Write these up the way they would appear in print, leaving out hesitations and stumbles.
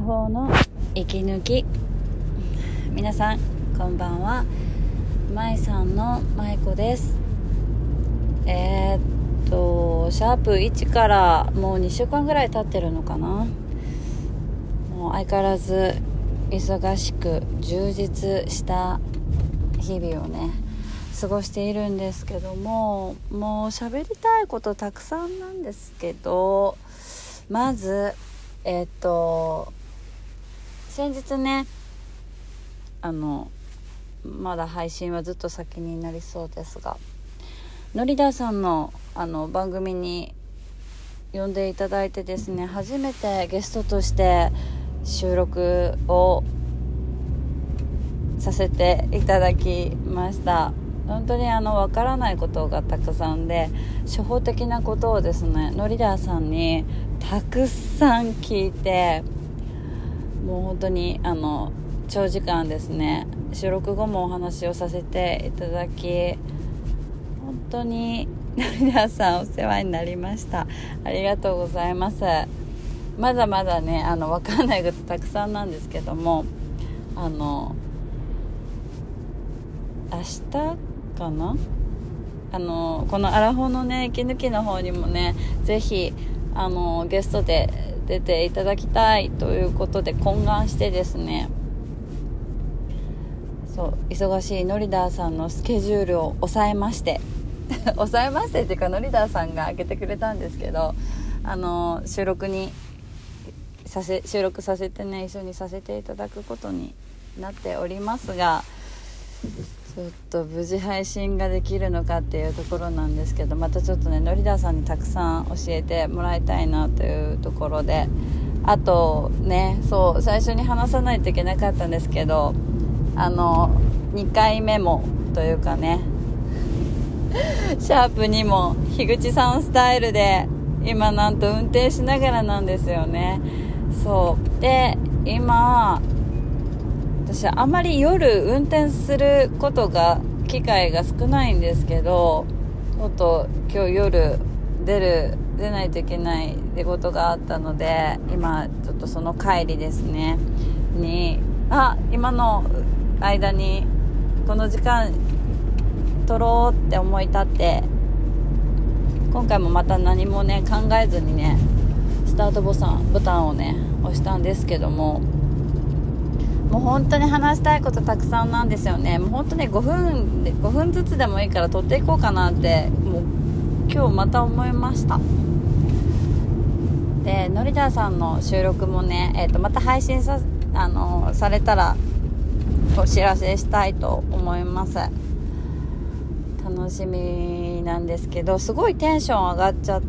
フォーの息抜き。皆さんこんばんは。まいさんのまいこです。シャープ1からもう2週間ぐらい経ってるのかな。もう相変わらず忙しく充実した日々をね過ごしているんですけども、もう喋りたいことたくさんなんですけど、まず先日ねまだ配信はずっと先になりそうですが、ノリダーさんの番組に呼んでいただいてですね、初めてゲストとして収録をさせていただきました。本当にわからないことがたくさんで、初歩的なことをですねノリダーさんにたくさん聞いて、もう本当に長時間ですね収録後もお話をさせていただき、本当にノリダーさんお世話になりました。ありがとうございます。まだまだねわかんないことたくさんなんですけども、明日かな、このアラフォのね息抜きの方にもねぜひゲストで出ていただきたいということで懇願してですね、そう忙しいノリダーさんのスケジュールを抑えまして抑えましてっていうかノリダーさんが開けてくれたんですけど、収録させてね一緒にさせていただくことになっておりますが、ちょっと無事配信ができるのかっていうところなんですけど、またちょっとねノリダーさんにたくさん教えてもらいたいなというところで、あとねそう最初に話さないといけなかったんですけど、2回目もというかねシャープにも樋口さんスタイルで今なんと運転しながらなんですよね。そうで今私あまり夜運転することが機会が少ないんですけど、ちょっと今日夜出ないといけない出事があったので、今ちょっとその帰りですねに今の間にこの時間撮ろうって思い立って、今回もまた何もね考えずにねスタートボタンをね押したんですけども、もう本当に話したいことたくさんなんですよね。もう本当に5分ずつでもいいから撮っていこうかなってもう今日また思いました。でノリダーさんの収録もね、また配信されたらお知らせしたいと思います。楽しみなんですけど、すごいテンション上がっちゃって、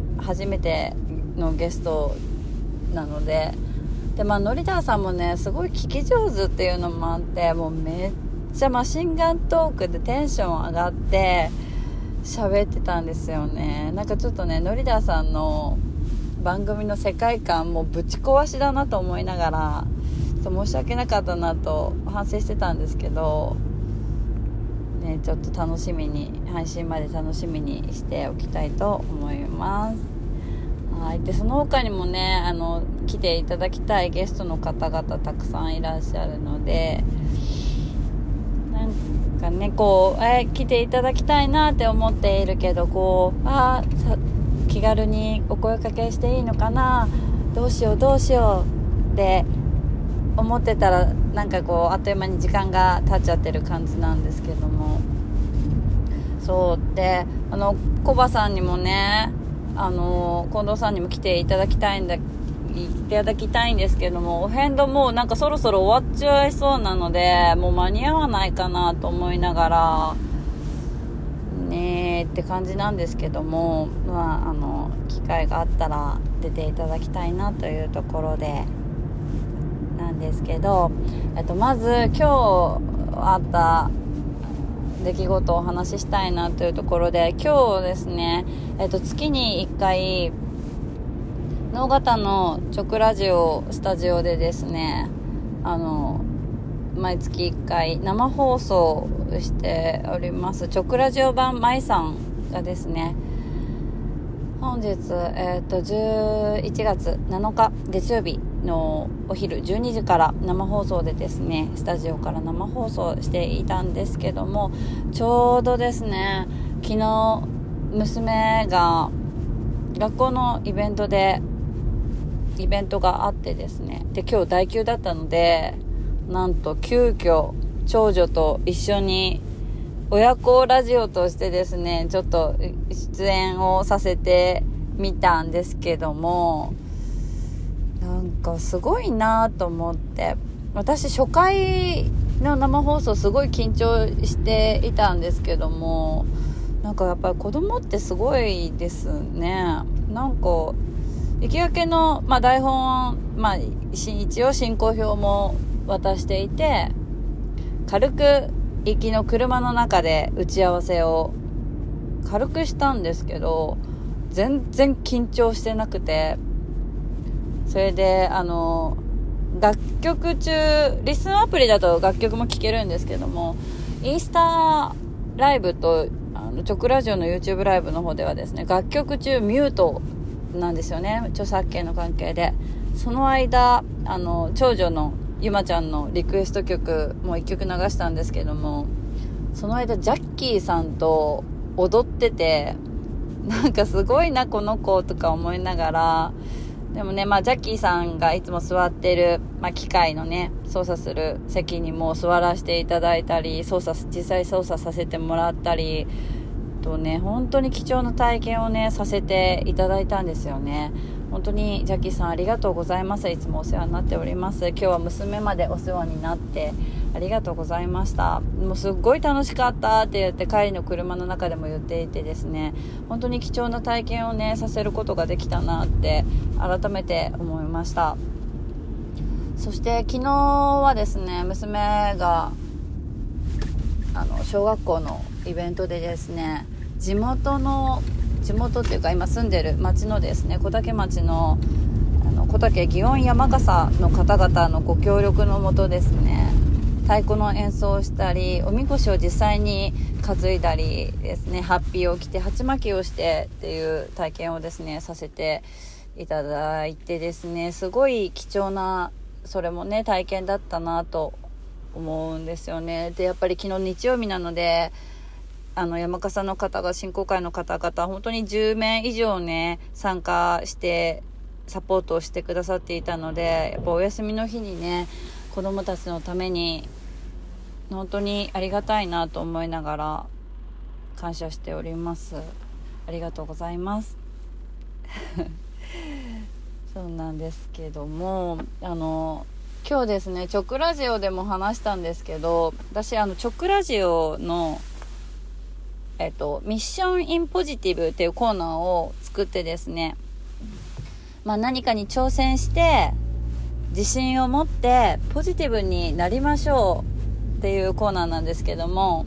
初めてのゲストなので、ノリダーさんもねすごい聞き上手っていうのもあって、もうめっちゃマシンガントークでテンション上がって喋ってたんですよね。なんかちょっとねノリダーさんの番組の世界観もぶち壊しだなと思いながら、申し訳なかったなと反省してたんですけどね、ちょっと配信まで楽しみにしておきたいと思います。はい。でその他にもね来ていただきたいゲストの方々たくさんいらっしゃるので、なんかね来ていただきたいなって思っているけど、気軽にお声かけしていいのかな、どうしようって思ってたら、なんかあっという間に時間が経っちゃってる感じなんですけども、そうでコバさんにもね近藤さんにも来ていただきたいんですけども、お遍路もうなんかそろそろ終わっちゃいそうなので、もう間に合わないかなと思いながらねって感じなんですけども、機会があったら出ていただきたいなというところでなんですけど、まず今日あった出来事をお話ししたいなというところで、今日ですね、月に1回能形の直ラジオスタジオでですね毎月1回生放送しております直ラジオ版まいさんがですね本日、11月7日月曜日のお昼12時から生放送でですね、スタジオから生放送していたんですけども、ちょうどですね、昨日娘が学校のイベントがあってですね、で今日代休だったので、なんと急遽長女と一緒に親子ラジオとしてですね、ちょっと出演をさせてみたんですけども、なんかすごいなと思って、私初回の生放送すごい緊張していたんですけども、なんかやっぱり子供ってすごいですね。なんか行きがけの、台本、一応進行表も渡していて、軽く行きの車の中で打ち合わせを軽くしたんですけど、全然緊張してなくて、それで楽曲中、リスンアプリだと楽曲も聴けるんですけども、インスタライブと直ラジオの YouTube ライブの方ではですね、楽曲中ミュートなんですよね、著作権の関係で。その間長女のゆまちゃんのリクエスト曲も1曲流したんですけども、その間ジャッキーさんと踊ってて、なんかすごいなこの子とか思いながら、でもね、ジャッキーさんがいつも座ってる、機械のね操作する席にも座らせていただいたり、実際操作させてもらったりとね、本当に貴重な体験をねさせていただいたんですよね。本当にジャッキーさんありがとうございます。いつもお世話になっております。今日は娘までお世話になってありがとうございました。もうすっごい楽しかったって言って、帰りの車の中でも言っていてですね、本当に貴重な体験をねさせることができたなって改めて思いました。そして昨日はですね、娘が小学校のイベントでですね、地元っていうか今住んでる町のですね、小竹町の小竹祇園山笠の方々のご協力のもとですね、太鼓の演奏をしたり、おみこしを実際に担いだりですね、ハッピーを着て鉢巻きをしてっていう体験をですねさせていただいてですね、すごい貴重な、それもね体験だったなと思うんですよね。でやっぱり昨日日曜日なので、山笠の方が、振興会の方々本当に10名以上ね参加してサポートをしてくださっていたので、やっぱお休みの日にね子供たちのために本当にありがたいなと思いながら感謝しております。ありがとうございますそうなんですけども、今日ですね直ラジオでも話したんですけど、私直ラジオのミッションインポジティブっていうコーナーを作ってですね、何かに挑戦して自信を持ってポジティブになりましょうっていうコーナーなんですけども、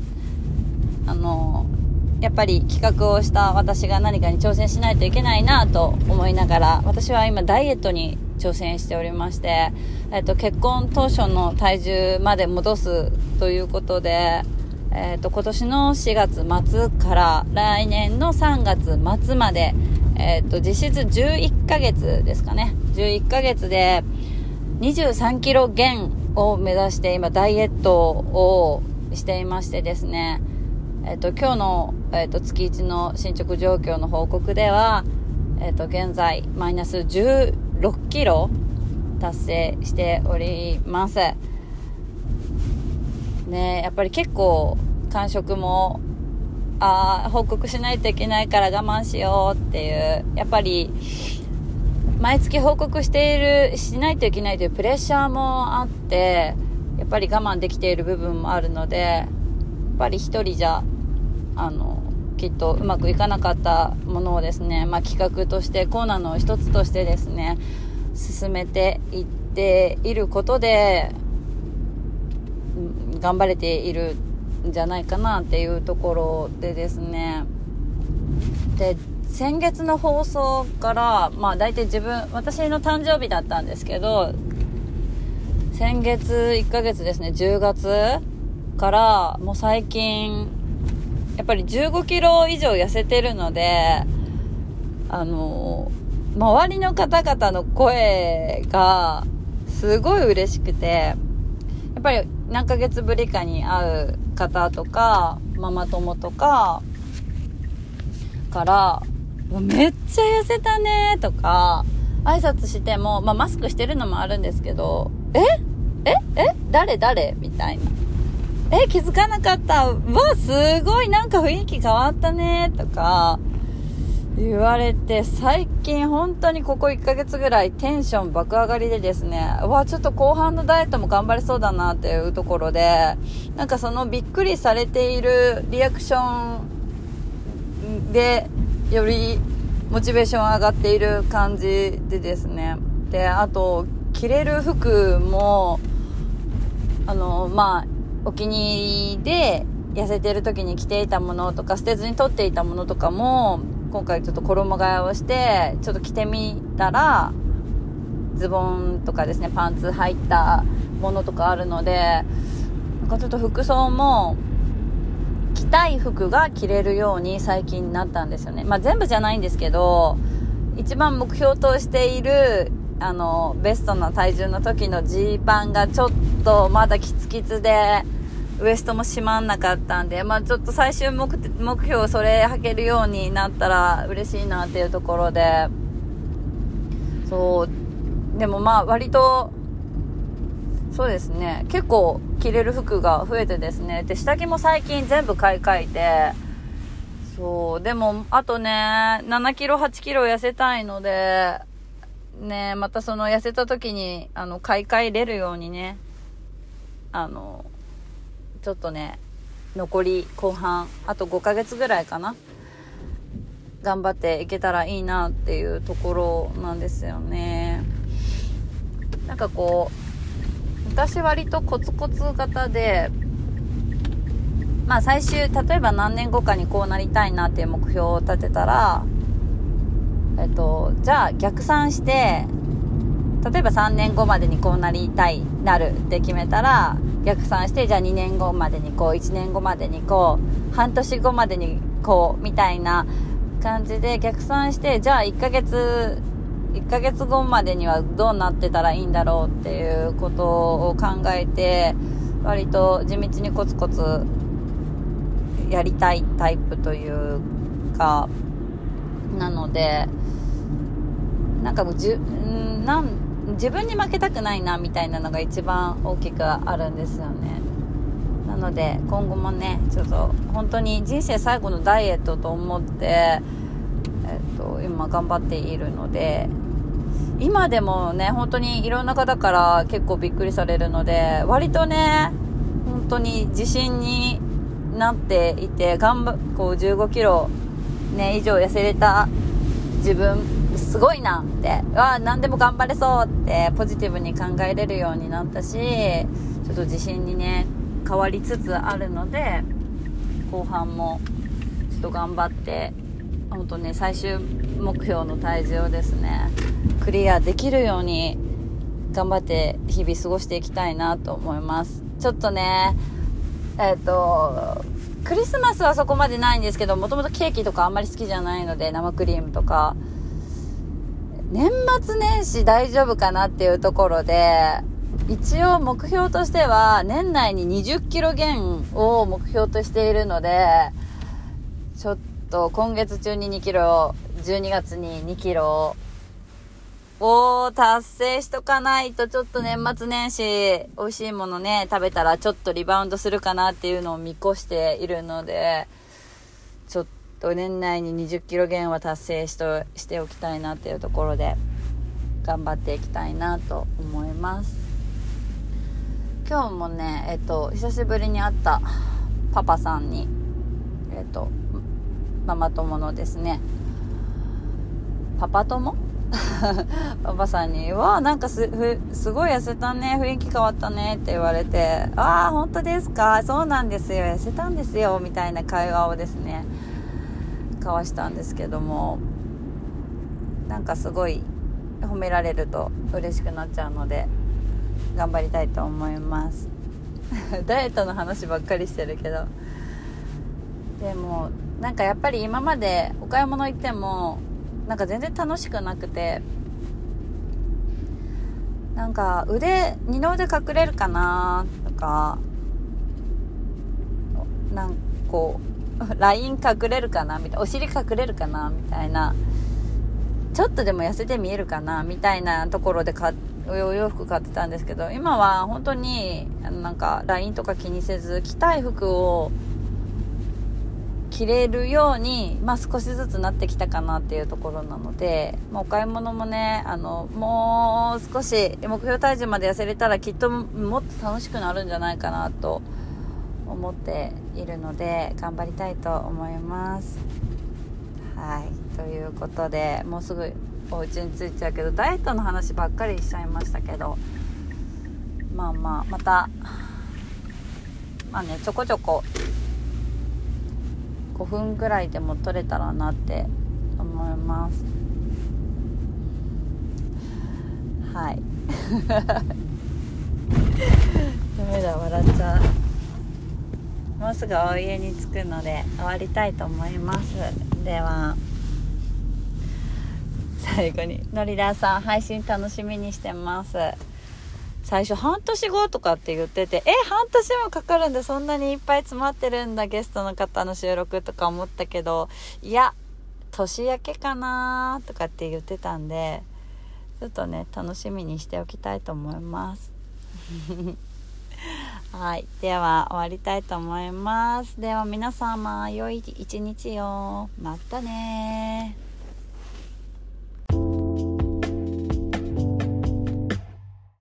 やっぱり企画をした私が何かに挑戦しないといけないなと思いながら、私は今ダイエットに挑戦しておりまして、結婚当初の体重まで戻すということで、今年の4月末から来年の3月末まで、実質11ヶ月ですかね、11ヶ月で23キロ減を目指して今ダイエットをしていましてですね、今日の、月1の進捗状況の報告では、現在マイナス16キロ達成しておりますね。やっぱり結構間食も報告しないといけないから我慢しようっていう、やっぱり毎月報告しないといけないというプレッシャーもあって、やっぱり我慢できている部分もあるので、やっぱり一人じゃきっとうまくいかなかったものをですね、企画としてコーナーの一つとしてですね進めていっていることで、頑張れているんじゃないかなっていうところでですね、で先月の放送から大体私の誕生日だったんですけど、先月1ヶ月ですね、10月からもう最近やっぱり15キロ以上痩せてるので、 周りの方々の声がすごい嬉しくて、やっぱり何ヶ月ぶりかに会う方とかママ友とかからめっちゃ痩せたねとか挨拶しても、マスクしてるのもあるんですけど、誰みたいな、気づかなかった、すごいなんか雰囲気変わったねとか言われて、最近本当にここ1ヶ月ぐらいテンション爆上がりでですね、ちょっと後半のダイエットも頑張れそうだなっていうところで、なんかそのびっくりされているリアクションでよりモチベーション上がっている感じでですね。で、あと着れる服もお気に入りで痩せてる時に着ていたものとか捨てずに取っていたものとかも今回ちょっと衣替えをしてちょっと着てみたら、ズボンとかですね、パンツ入ったものとかあるので、なんかちょっと服装も着たい服が着れるように最近なったんですよね。全部じゃないんですけど、一番目標としているベストな体重の時のジーパンがちょっとまだキツキツでウエストも締まんなかったんで、ちょっと最終目標それ履けるようになったら嬉しいなっていうところで、そうでも割とそうですね、結構着れる服が増えてですね、で下着も最近全部買い替えて、そうでもあとね7キロ8キロ痩せたいのでね、またその痩せた時に買い替えれるようにね、ちょっとね残り後半あと5ヶ月ぐらいかな、頑張っていけたらいいなっていうところなんですよね。なんかこう私割とコツコツ型で、最終例えば何年後かにこうなりたいなっていう目標を立てたら、じゃあ逆算して、例えば3年後までにこうなるって決めたら逆算して、じゃあ2年後までにこう、1年後までにこう、半年後までにこうみたいな感じで逆算して、じゃあ1ヶ月後までにはどうなってたらいいんだろうっていうことを考えて、割と地道にコツコツやりたいタイプというかなので、なんかもう自分に負けたくないなみたいなのが一番大きくあるんですよね。なので今後もねちょっと本当に人生最後のダイエットと思って、今頑張っているので、今でもね本当にいろんな方から結構びっくりされるので、割とね本当に自信になっていて、こう15キロね以上痩せれた自分すごいなって、何でも頑張れそうってポジティブに考えれるようになったし、ちょっと自信にね変わりつつあるので、後半もちょっと頑張って本当ね最終目標の体重をですねクリアできるように頑張って日々過ごしていきたいなと思います。ちょっとねクリスマスはそこまでないんですけど、もともとケーキとかあんまり好きじゃないので、生クリームとか年末年始大丈夫かなっていうところで、一応目標としては年内に20キロ減を目標としているので、ちょっと今月中に2キロ、12月に2キロを達成しとかないと、ちょっと年末年始美味しいものね食べたらちょっとリバウンドするかなっていうのを見越しているので、ちょっと年内に20キロ減は達成しておきたいなっていうところで頑張っていきたいなと思います。今日もね久しぶりに会ったパパさんにママ友のですねパパ友パパさんになんかすごい痩せたね、雰囲気変わったねって言われて、本当ですか、そうなんですよ、痩せたんですよみたいな会話をですね交わしたんですけども、なんかすごい褒められると嬉しくなっちゃうので頑張りたいと思いますダイエットの話ばっかりしてるけど、でもなんかやっぱり今までお買い物行ってもなんか全然楽しくなくて、なんか二の腕隠れるかなとか、なんかこうライン隠れるかなみたいな、お尻隠れるかなみたいな、ちょっとでも痩せて見えるかなみたいなところでお洋服買ってたんですけど、今は本当になんかラインとか気にせず着たい服を着れるように、少しずつなってきたかなっていうところなので、お買い物もね、もう少し目標体重まで痩せれたらきっともっと楽しくなるんじゃないかなと思っているので、頑張りたいと思います。はい、ということで、もうすぐお家に着いちゃうけど、ダイエットの話ばっかりしちゃいましたけど、またちょこちょこ5分ぐらいでも撮れたらなって思います。はいダメだ、笑っちゃう。もうすぐお家に着くので終わりたいと思います。では最後に、のりだーさん配信楽しみにしてます。最初半年後とかって言ってて、半年もかかるんで、そんなにいっぱい詰まってるんだゲストの方の収録とか思ったけど、いや年明けかなとかって言ってたんで、ちょっとね楽しみにしておきたいと思いますはい、では終わりたいと思います。では皆様良い一日を。またね。